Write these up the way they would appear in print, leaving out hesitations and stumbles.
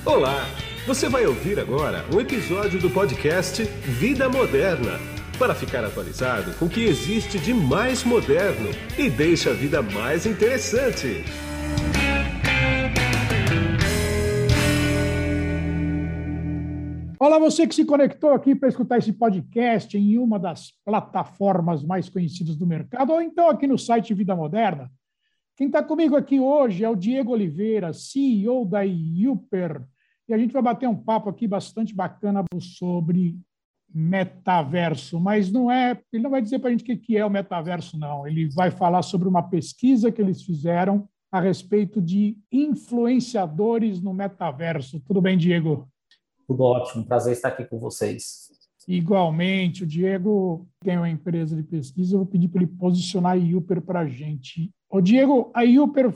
Olá! Você vai ouvir agora um episódio do podcast Vida Moderna, para ficar atualizado com o que existe de mais moderno e deixa a vida mais interessante. Olá, você que se conectou aqui para escutar esse podcast em uma das plataformas mais conhecidas do mercado, ou então aqui no site Vida Moderna. Quem está comigo aqui hoje é o Diego Oliveira, CEO da Yooper, e a gente vai bater um papo aqui bastante bacana sobre metaverso, mas ele não vai dizer para a gente o que é o metaverso, não. Ele vai falar sobre uma pesquisa que eles fizeram a respeito de influenciadores no metaverso. Tudo bem, Diego? Tudo ótimo, prazer estar aqui com vocês. Igualmente, o Diego tem uma empresa de pesquisa, eu vou pedir para ele posicionar a Yooper para a gente. Ô, Diego, a Yooper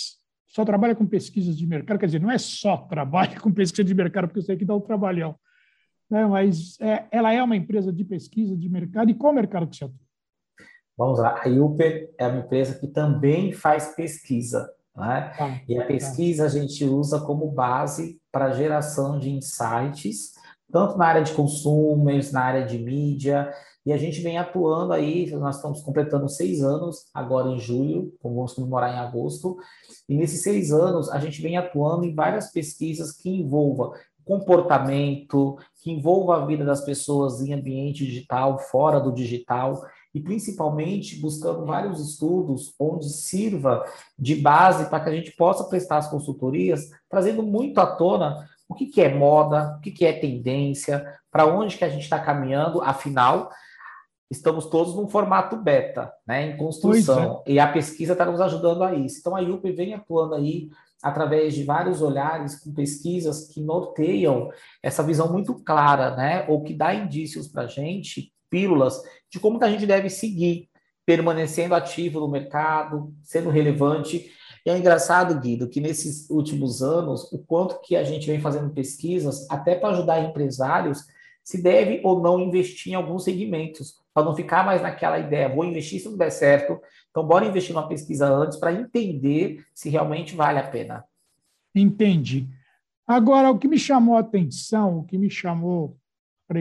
só trabalha com pesquisas de mercado, quer dizer, não é só trabalha com pesquisa de mercado, porque eu sei que dá um trabalhão, né? Mas ela é uma empresa de pesquisa de mercado, e qual mercado que você atua? Vamos lá, a Yooper é uma empresa que também faz pesquisa, né? E a pesquisa a gente usa como base para a geração de insights, tanto na área de consumers, na área de mídia, e a gente vem atuando aí, nós estamos completando 6 anos, agora em julho, vamos comemorar em agosto, e nesses 6 anos a gente vem atuando em várias pesquisas que envolvam comportamento, que envolvam a vida das pessoas em ambiente digital, fora do digital, e principalmente buscando vários estudos onde sirva de base para que a gente possa prestar as consultorias, trazendo muito à tona o que é moda, o que é tendência, para onde que a gente está caminhando, afinal, estamos todos num formato beta, né, em construção, e a pesquisa está nos ajudando a isso. Então, a Yooper vem atuando aí através de vários olhares, com pesquisas que norteiam essa visão muito clara, né, ou que dá indícios para a gente, pílulas, de como que a gente deve seguir, permanecendo ativo no mercado, sendo relevante. E é engraçado, Guido, que nesses últimos anos, o quanto que a gente vem fazendo pesquisas, até para ajudar empresários, se deve ou não investir em alguns segmentos, para não ficar mais naquela ideia, vou investir se não der certo, então bora investir numa pesquisa antes para entender se realmente vale a pena. Entendi. Agora, o que me chamou a atenção, o que te chamou para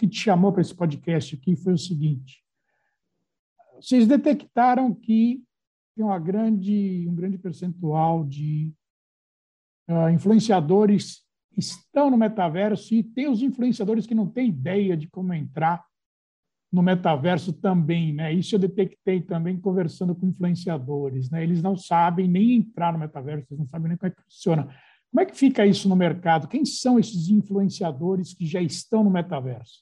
esse podcast aqui foi o seguinte: vocês detectaram que tem um grande percentual de influenciadores que estão no metaverso, e tem os influenciadores que não têm ideia de como entrar no metaverso também, né? Isso eu detectei também conversando com influenciadores, né? Eles não sabem nem entrar no metaverso, eles não sabem nem como é que funciona. Como é que fica isso no mercado? Quem são esses influenciadores que já estão no metaverso?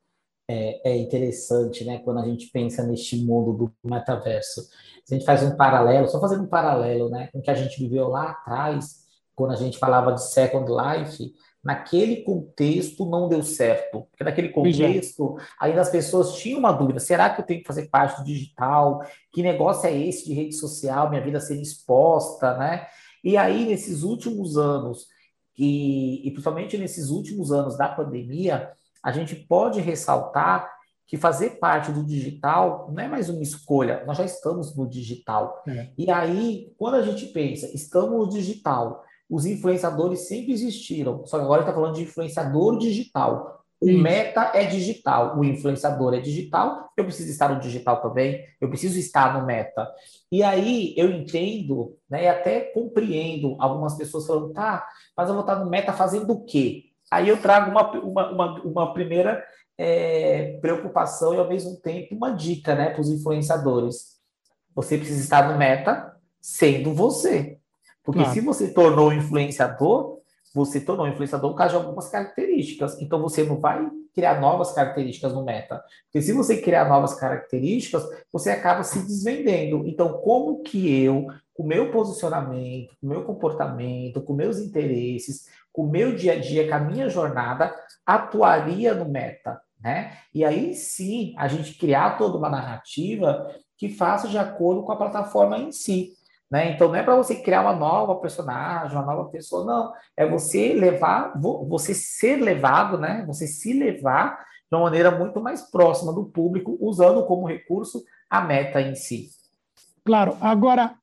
É interessante, né, quando a gente pensa neste mundo do metaverso. Se a gente faz um paralelo, só fazendo um paralelo, né, com o que a gente viveu lá atrás, quando a gente falava de Second Life, naquele contexto não deu certo. Porque naquele contexto, ainda as pessoas tinham uma dúvida: será que eu tenho que fazer parte do digital? Que negócio é esse de rede social? Minha vida sendo exposta, né? E aí, nesses últimos anos, e principalmente nesses últimos anos da pandemia, a gente pode ressaltar que fazer parte do digital não é mais uma escolha, nós já estamos no digital. E aí, quando a gente pensa, estamos no digital, os influenciadores sempre existiram, só que agora está falando de influenciador digital. O meta é digital, o influenciador é digital, eu preciso estar no digital também, eu preciso estar no meta. E aí eu entendo, né, e até compreendo algumas pessoas falando: tá, mas eu vou estar no meta fazendo o quê? Aí eu trago uma primeira preocupação e, ao mesmo tempo, uma dica, né, para os influenciadores. Você precisa estar no meta sendo você. Porque se você tornou influenciador, você tornou influenciador por causa de algumas características. Então, você não vai criar novas características no meta. Porque se você criar novas características, você acaba se desvendendo. Então, como que eu, com o meu posicionamento, com o meu comportamento, com meus interesses, com o meu dia a dia, com a minha jornada, atuaria no meta, né? E aí sim, a gente criar toda uma narrativa que faça de acordo com a plataforma em si, né? Então não é para você criar uma nova personagem, uma nova pessoa, não. É você levar, você ser levado, né? Você se levar de uma maneira muito mais próxima do público, usando como recurso a meta em si. Claro. Agora,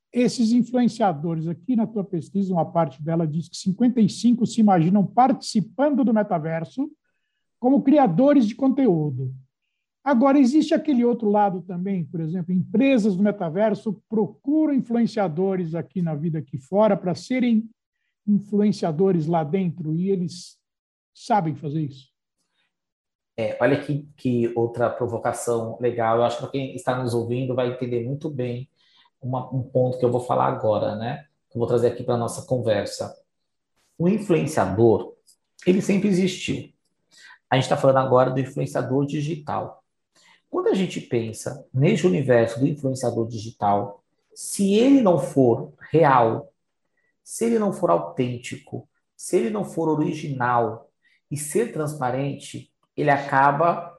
esses influenciadores, aqui na tua pesquisa, uma parte dela diz que 55% se imaginam participando do metaverso como criadores de conteúdo. Agora, existe aquele outro lado também, por exemplo, empresas do metaverso procuram influenciadores aqui na vida aqui fora para serem influenciadores lá dentro e eles sabem fazer isso. Olha que outra provocação legal. Eu acho que para quem está nos ouvindo vai entender muito bem um ponto que eu vou falar agora, né? Que eu vou trazer aqui para a nossa conversa. O influenciador, ele sempre existiu. A gente está falando agora do influenciador digital. Quando a gente pensa nesse universo do influenciador digital, se ele não for real, se ele não for autêntico, se ele não for original e ser transparente, ele acaba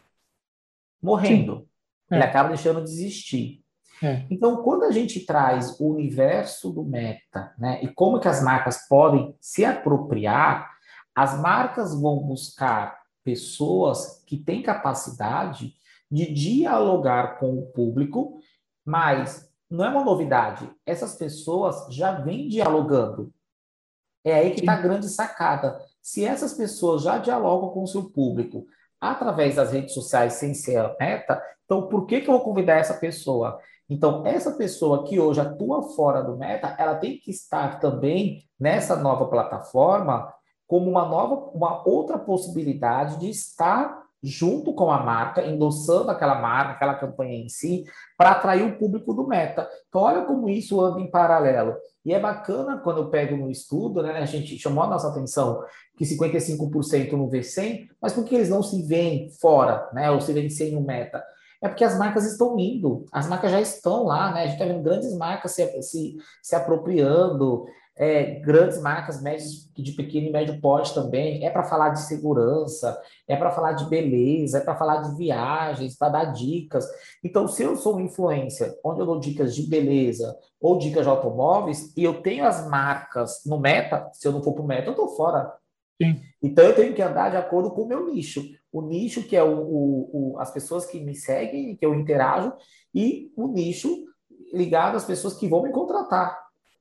morrendo. Ele acaba deixando de existir. Então, quando a gente traz o universo do meta, né, e como que as marcas podem se apropriar, as marcas vão buscar pessoas que têm capacidade de dialogar com o público, mas não é uma novidade. Essas pessoas já vêm dialogando. É aí que está a grande sacada. Se essas pessoas já dialogam com o seu público através das redes sociais sem ser a meta, então por que eu vou convidar essa pessoa? Então, essa pessoa que hoje atua fora do meta, ela tem que estar também nessa nova plataforma como uma outra possibilidade de estar junto com a marca, endossando aquela marca, aquela campanha em si, para atrair o público do meta. Então, olha como isso anda em paralelo. E é bacana quando eu pego no estudo, né, a gente chamou a nossa atenção que 55% não vê 100, mas por que eles não se veem fora, né, ou se veem sem o meta? É porque as marcas estão indo, as marcas já estão lá, né? A gente está vendo grandes marcas se apropriando, grandes marcas médias, de pequeno e médio porte também. É para falar de segurança, é para falar de beleza, é para falar de viagens, para dar dicas. Então, se eu sou um influencer, onde eu dou dicas de beleza ou dicas de automóveis, e eu tenho as marcas no meta, se eu não for para o meta, eu estou fora. Sim. Então, eu tenho que andar de acordo com o meu nicho. O nicho que é as pessoas que me seguem, que eu interajo, e o nicho ligado às pessoas que vão me contratar.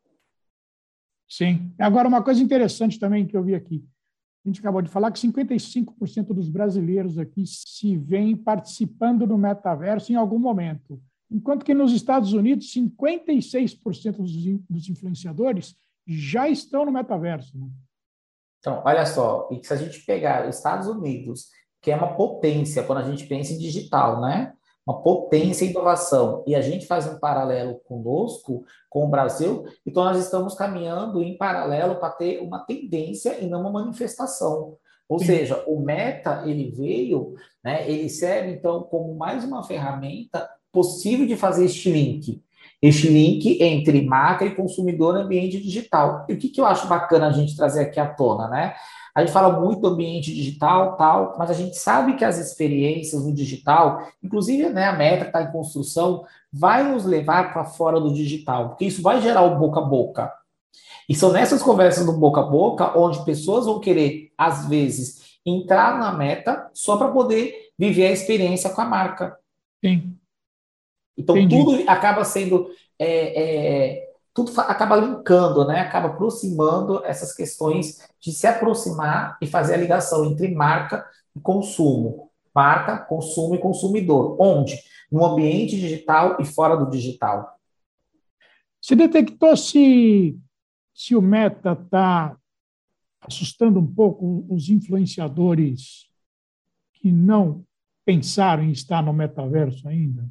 Sim. Agora, uma coisa interessante também que eu vi aqui. A gente acabou de falar que 55% dos brasileiros aqui se veem participando do metaverso em algum momento. Enquanto que nos Estados Unidos, 56% dos influenciadores já estão no metaverso, né? Então, olha só, e se a gente pegar os Estados Unidos, que é uma potência quando a gente pensa em digital, né? Uma potência em inovação, e a gente faz um paralelo conosco, com o Brasil, então nós estamos caminhando em paralelo para ter uma tendência e não uma manifestação. Ou seja, o Meta, ele veio, né, ele serve, então, como mais uma ferramenta possível de fazer este link entre marca e consumidor no ambiente digital. E o que eu acho bacana a gente trazer aqui à tona, né? A gente fala muito do ambiente digital, tal, mas a gente sabe que as experiências no digital, inclusive, né, a Meta que está em construção, vai nos levar para fora do digital, porque isso vai gerar o boca a boca. E são nessas conversas do boca a boca onde pessoas vão querer, às vezes, entrar na Meta só para poder viver a experiência com a marca. Sim. Então, entendi. Tudo acaba sendo... tudo acaba linkando, né? Acaba aproximando essas questões de se aproximar e fazer a ligação entre marca e consumo. Marca, consumo e consumidor. Onde? No ambiente digital e fora do digital. Você detectou se o Meta está assustando um pouco os influenciadores que não pensaram em estar no metaverso ainda?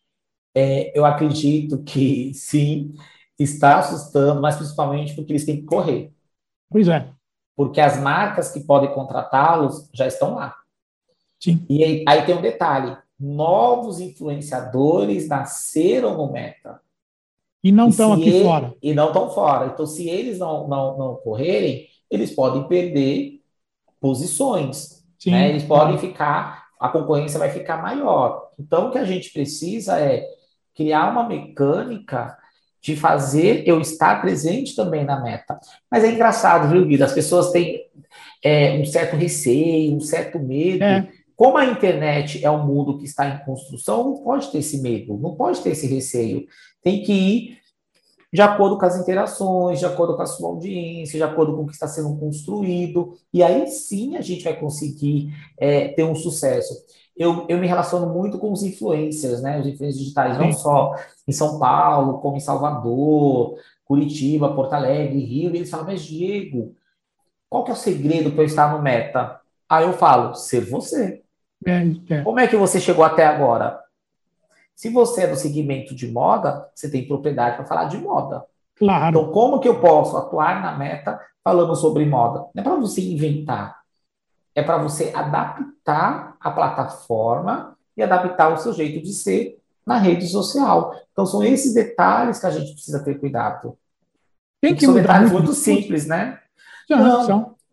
Eu acredito que sim, está assustando, mas principalmente porque eles têm que correr. Pois é. Porque as marcas que podem contratá-los já estão lá. Sim. E aí tem um detalhe, novos influenciadores nasceram no Meta. E não estão aqui fora. E não estão fora. Então, se eles não correrem, eles podem perder posições. Sim, né? Eles podem ficar, a concorrência vai ficar maior. Então, o que a gente precisa é criar uma mecânica de fazer eu estar presente também na Meta. Mas é engraçado, viu, Guido? As pessoas têm um certo receio, um certo medo. Como a internet é um mundo que está em construção, não pode ter esse medo, não pode ter esse receio. Tem que ir de acordo com as interações, de acordo com a sua audiência, de acordo com o que está sendo construído, e aí sim a gente vai conseguir ter um sucesso. Eu me relaciono muito com os influencers, né? Os influencers digitais, não Sim. só em São Paulo, como em Salvador, Curitiba, Porto Alegre, Rio, e eles falam, mas Diego, qual que é o segredo para eu estar no Meta? Aí eu falo, ser você. É, é, Como é que você chegou até agora? Se você é do segmento de moda, você tem propriedade para falar de moda. claro. Então, como que eu posso atuar na Meta falando sobre moda? Não é para você inventar, é para você adaptar a plataforma e adaptar o seu jeito de ser na rede social. Então, são esses detalhes que a gente precisa ter cuidado. Tem E que que são mudar detalhes muito muito discurso? simples, né? São, Não, são.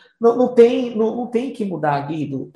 não tem que mudar, Guido.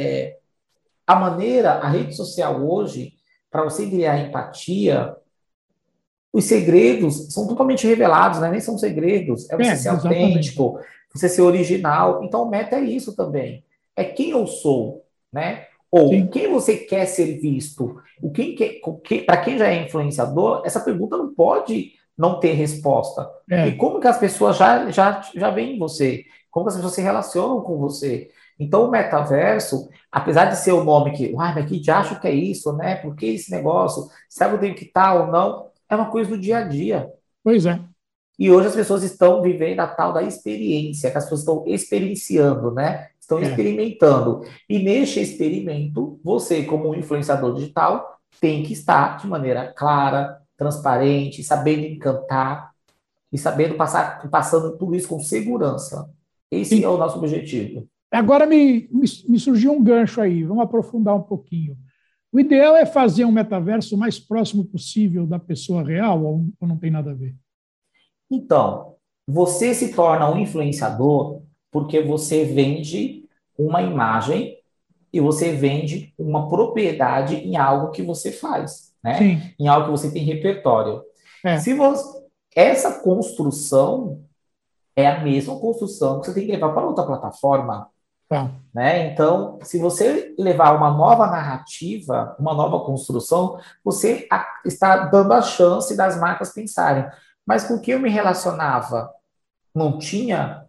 A maneira, a rede social hoje, para você criar empatia, os segredos são totalmente revelados, né? Nem são segredos. É você ser Exatamente. autêntico, você ser original. Então, o meta é isso também. É quem eu sou, né? Ou Sim. quem você quer ser visto. Para quem já é influenciador, essa pergunta não pode não ter resposta. Porque É. como que as pessoas já veem você? Como que as pessoas se relacionam com você? Então, o metaverso, apesar de ser o nome que, uai, mas que de acho que é isso, né? Por que esse negócio? Sabe onde que tá ou não? É uma coisa do dia a dia. Pois é. E hoje as pessoas estão vivendo a tal da experiência, que as pessoas estão experienciando, né? Estão É. experimentando. E neste experimento, você, como um influenciador digital, tem que estar de maneira clara, transparente, sabendo encantar e sabendo passando tudo isso com segurança. Esse é Sim. o nosso objetivo. Agora me surgiu um gancho aí. Vamos aprofundar um pouquinho. O ideal é fazer um metaverso o mais próximo possível da pessoa real ou não tem nada a ver? Então, você se torna um influenciador porque você vende uma imagem e você vende uma propriedade em algo que você faz, né? Sim. Em algo que você tem repertório. É. Se você, essa construção é a mesma construção que você tem que levar para outra plataforma, Tá. né? Então, se você levar uma nova narrativa, uma nova construção, você está dando a chance das marcas pensarem. Mas com que eu me relacionava? Não tinha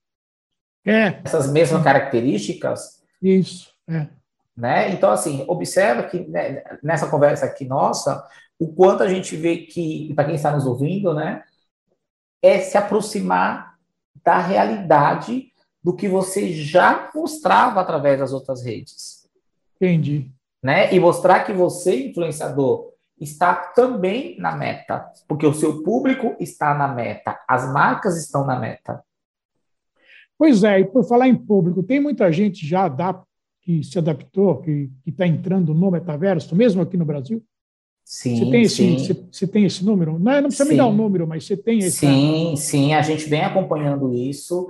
É. essas mesmas Sim. características? Isso. É. Né? Então, assim, observa que né, nessa conversa aqui nossa, o quanto a gente vê que, para quem está nos ouvindo, né, é se aproximar da realidade do que você já mostrava através das outras redes. Entendi. Né? E mostrar que você, influenciador, está também na meta, porque o seu público está na meta, as marcas estão na meta. Pois é, e por falar em público, tem muita gente já que se adaptou, que está entrando no metaverso, mesmo aqui no Brasil? Sim, sim, Você tem esse número? Não, não precisa me dar um sim. número, mas você tem essa. Sim, sim, a gente vem acompanhando isso,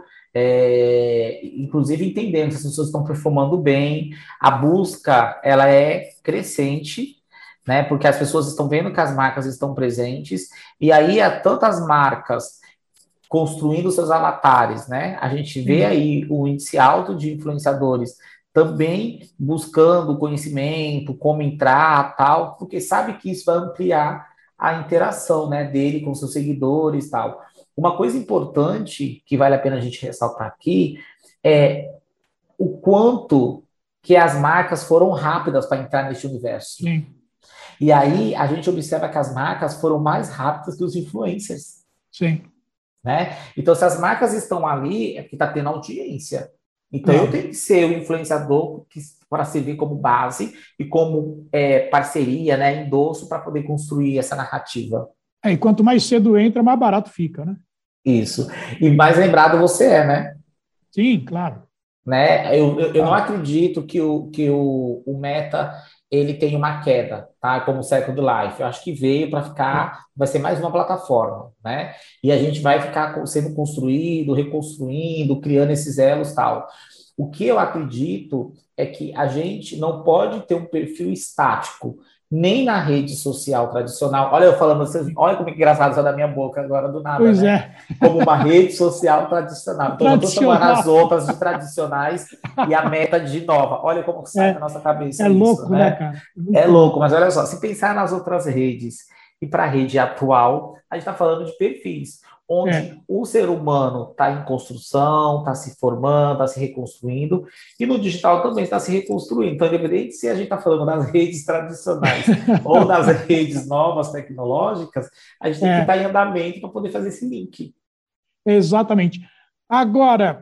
inclusive entendendo que as pessoas estão performando bem, a busca ela é crescente, né? Porque as pessoas estão vendo que as marcas estão presentes, e aí há tantas marcas construindo seus avatares, né? A gente vê Sim, aí o índice alto de influenciadores também buscando conhecimento, como entrar, tal, porque sabe que isso vai ampliar a interação, né, dele com seus seguidores, tal. Uma coisa importante que vale a pena a gente ressaltar aqui é o quanto que as marcas foram rápidas para entrar neste universo. sim, E aí a gente observa que as marcas foram mais rápidas que os influencers, sim, né? Então, se as marcas estão ali, é porque está tendo audiência. Então, eu claro. tenho que ser o influenciador para servir como base e como parceria, né, endosso para poder construir essa narrativa. É, e quanto mais cedo entra, mais barato fica, né? Isso. E mais lembrado você é, né? Sim, claro. Eu não Claro. acredito que o Meta ele tem uma queda, tá? Como o Second Life. Eu acho que veio para É. ficar, vai ser mais uma plataforma, né? E a gente vai ficar sendo construído, reconstruindo, criando esses elos tal. O que eu acredito é que a gente não pode ter um perfil estático, nem na rede social tradicional. Olha eu falando, olha como é engraçado isso da minha boca agora do nada, Pois né? é, Como uma rede social tradicional. Então, já estou chamando as tradicional. outras de tradicionais e a meta de nova. Olha como sai da É, nossa é cabeça isso, louco, né, né? cara? É É muito louco, louco. mas olha só, se pensar nas outras redes, E para a rede atual, a gente está falando de perfis, É, onde o ser humano está em construção, está se formando, está se reconstruindo, e no digital também está se reconstruindo. Então, independente se a gente está falando das redes tradicionais ou das redes novas tecnológicas, a gente tem que é, estar em andamento para poder fazer esse link. exatamente. Agora,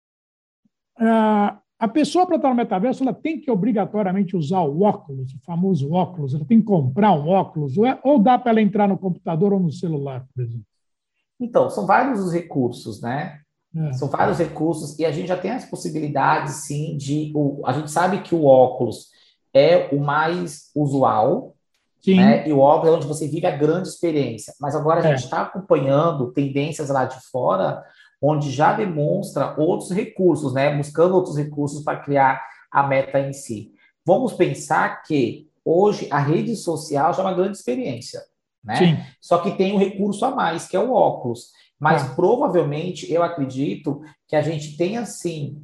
a pessoa para estar no metaverso, ela tem que obrigatoriamente usar o óculos, o famoso óculos, ela tem que comprar um óculos, ou dá para ela entrar no computador ou no celular, por exemplo. Então, são vários os recursos, né? É, São vários recursos e a gente já tem as possibilidades, sim, a gente sabe que o óculos é o mais usual, né? sim, E o óculos é onde você vive a grande experiência. Mas agora a gente é, está acompanhando tendências lá de fora, onde já demonstra outros recursos, né? Buscando outros recursos para criar a meta em si. Vamos pensar que hoje a rede social já é uma grande experiência, né? sim, Só que tem um recurso a mais, que é o óculos. Mas tá. provavelmente eu acredito que a gente tenha sim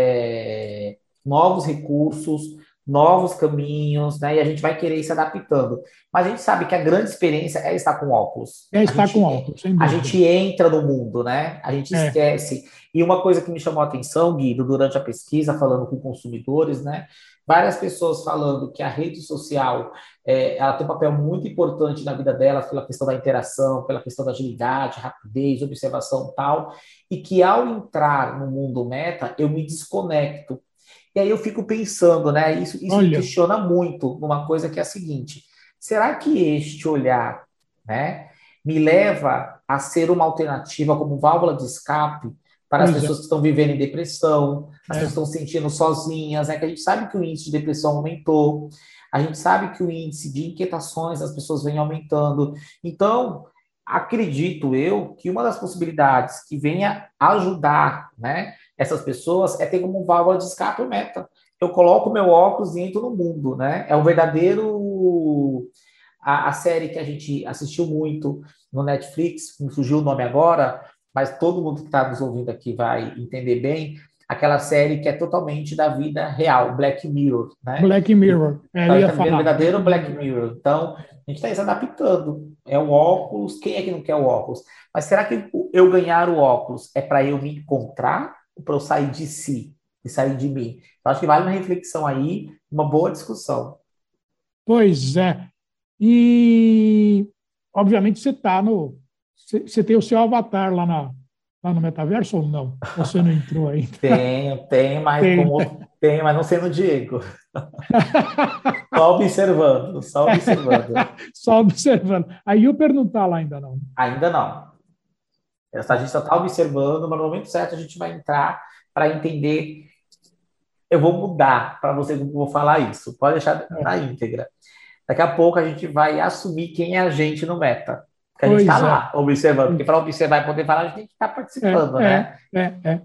novos recursos, novos caminhos, né? E a gente vai querer ir se adaptando. Mas a gente sabe que a grande experiência é estar com óculos. É estar com óculos, sem A dúvida. gente entra no mundo, né? A gente É, esquece. E uma coisa que me chamou a atenção, Guido, durante a pesquisa, falando com consumidores, né? Várias pessoas falando que a rede social ela tem um papel muito importante na vida delas pela questão da interação, pela questão da agilidade, rapidez, observação e tal, e que ao entrar no mundo meta, eu me desconecto. E aí eu fico pensando, né? Isso me olha, questiona muito numa coisa que é a seguinte: será que este olhar, né, me leva a ser uma alternativa como válvula de escape para as pois é, pessoas que estão vivendo em depressão, as pessoas é, que estão se sentindo sozinhas, né? Que a gente sabe que o índice de depressão aumentou, a gente sabe que o índice de inquietações das pessoas vem aumentando. Então, acredito eu que uma das possibilidades que venha ajudar, né, essas pessoas é ter como válvula de escape o meta. Eu coloco meu óculos e entro no mundo, né? É um verdadeiro a série que a gente assistiu muito no Netflix, não surgiu o nome agora, mas todo mundo que está nos ouvindo aqui vai entender bem, aquela série que é totalmente da vida real, Black Mirror, né? Black Mirror, Então, eu a gente ia está vivendo um falar, Black verdadeiro Black Mirror. Mirror. Então, a gente está se adaptando. É o óculos, quem é que não quer o óculos? Mas será que eu ganhar o óculos é para eu me encontrar ou para eu sair de si, e sair de mim? Então, acho que vale uma reflexão aí, uma boa discussão. Pois é. E, obviamente, você está no. Você tem o seu avatar lá no metaverso ou não? Ou você não entrou ainda? Tem, mas Tem, como né? tem, mas não sendo Diego. Só observando, só observando. Só observando. Aí o não está lá ainda não. Ainda não. A gente só está observando, mas no momento certo a gente vai entrar para entender. Eu vou mudar para você como eu vou falar isso. Pode deixar na É, íntegra. Daqui a pouco a gente vai assumir quem é a gente no meta. Porque a gente está pois é. lá observando. Porque para observar e poder falar, a gente tem que estar É, participando, é, né? é, é.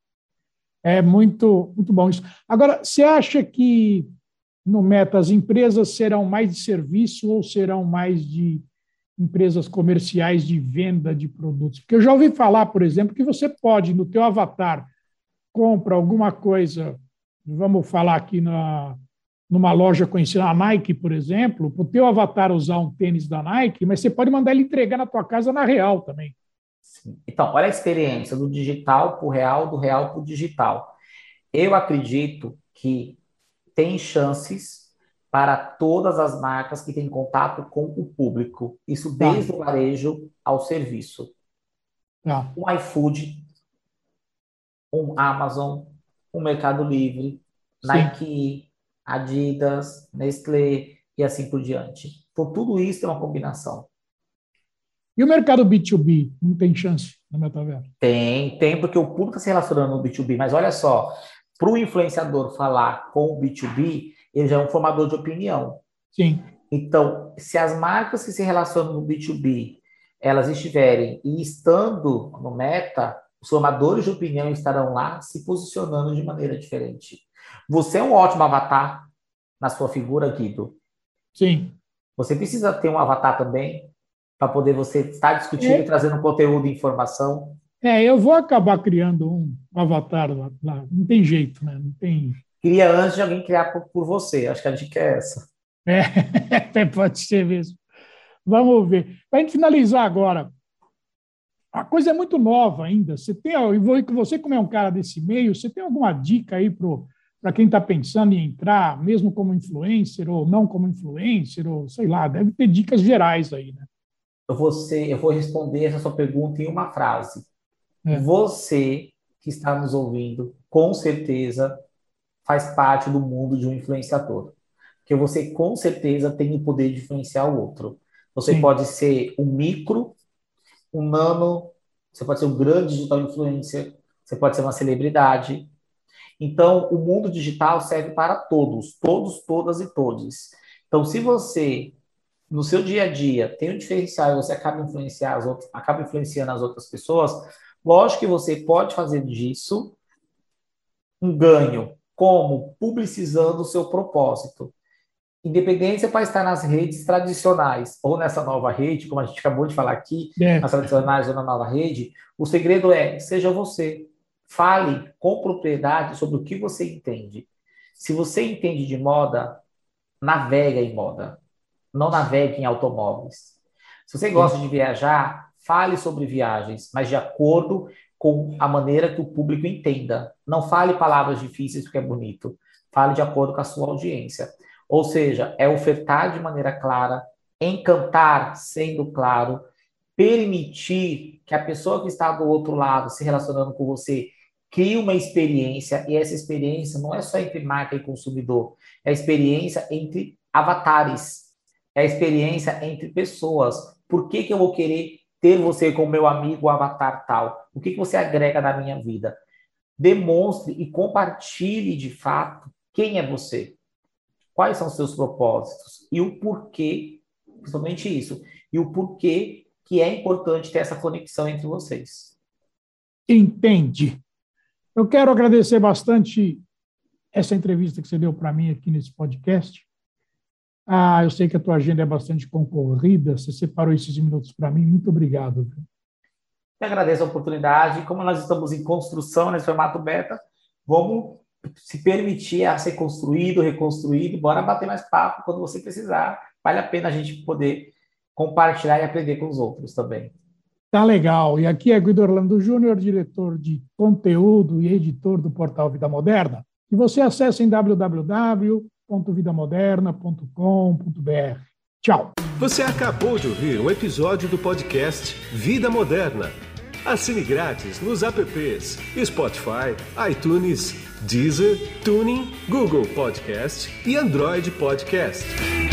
É muito, muito bom isso. Agora, você acha que no Meta as empresas serão mais de serviço ou serão mais de empresas comerciais de venda de produtos? Porque eu já ouvi falar, por exemplo, que você pode, no teu avatar, compra alguma coisa, vamos falar aqui numa loja conhecida, a Nike, por exemplo, para o teu avatar usar um tênis da Nike, mas você pode mandar ele entregar na tua casa na real também. Sim. Então, olha a experiência do digital para o real, do real para o digital. Eu acredito que tem chances para todas as marcas que têm contato com o público. Isso Tá, desde o varejo ao serviço. tá. Um iFood, um Amazon, um Mercado Livre, Sim. Nike, Adidas, Nestlé e assim por diante. Então, tudo isso é uma combinação. E o mercado B2B não tem chance no metaverso? Tem, porque o público está se relacionando no B2B, mas olha só, para o influenciador falar com o B2B, ele já é um formador de opinião. Sim. Então, se as marcas que se relacionam no B2B, elas estiverem e estando no Meta, os formadores de opinião estarão lá se posicionando de maneira diferente. Você é um ótimo avatar na sua figura, Guido. Sim. Você precisa ter um avatar também para poder você estar discutindo e É, trazendo conteúdo e informação. eu vou acabar criando um avatar lá. Não tem jeito, né? Não tem. Cria antes de alguém criar por você. Acho que a dica é essa. É, pode ser mesmo. Vamos ver. Para a gente finalizar agora, a coisa é muito nova ainda. Você, como é um cara desse meio, você tem alguma dica aí para quem está pensando em entrar, mesmo como influencer ou não como influencer, ou sei lá, deve ter dicas gerais aí, né? Eu vou responder essa sua pergunta em uma frase. É. Você que está nos ouvindo, com certeza faz parte do mundo de um influenciador. Porque você, com certeza, tem o poder de influenciar o outro. Você Sim. pode ser um micro, um nano, você pode ser um grande digital influencer, você pode ser uma celebridade. Então, o mundo digital serve para todos, todas e todos. Então, se você, no seu dia a dia, tem um diferencial e você acaba influenciando as outras pessoas, lógico que você pode fazer disso um ganho, como publicizando o seu propósito. Independente se você pode estar nas redes tradicionais ou nessa nova rede, como a gente acabou de falar aqui, nas tradicionais ou na nova rede, o segredo é, seja você. Fale com propriedade sobre o que você entende. Se você entende de moda, navega em moda. Não navegue em automóveis. Se você gosta de viajar, fale sobre viagens, mas de acordo com a maneira que o público entenda. Não fale palavras difíceis porque é bonito. Fale de acordo com a sua audiência. Ou seja, é ofertar de maneira clara, encantar sendo claro, permitir que a pessoa que está do outro lado se relacionando com você crie uma experiência, e essa experiência não é só entre marca e consumidor, é a experiência entre avatares, é a experiência entre pessoas. Por que eu vou querer ter você como meu amigo avatar tal? O que você agrega na minha vida? Demonstre e compartilhe de fato quem é você. Quais são os seus propósitos? E o porquê, principalmente isso, e o porquê que é importante ter essa conexão entre vocês. Entendi. Eu quero agradecer bastante essa entrevista que você deu para mim aqui nesse podcast. Eu sei que a tua agenda é bastante concorrida, você separou esses minutos para mim, muito obrigado. Eu agradeço a oportunidade. Como nós estamos em construção nesse formato beta, vamos se permitir a ser construído, reconstruído, bora bater mais papo quando você precisar. Vale a pena a gente poder compartilhar e aprender com os outros também. Tá legal. E aqui é Guido Orlando Júnior, diretor de conteúdo e editor do portal Vida Moderna. E você acessa em www.vidamoderna.com.br. Tchau. Você acabou de ouvir um episódio do podcast Vida Moderna. Assine grátis nos apps Spotify, iTunes, Deezer, Tuning, Google Podcast e Android Podcast.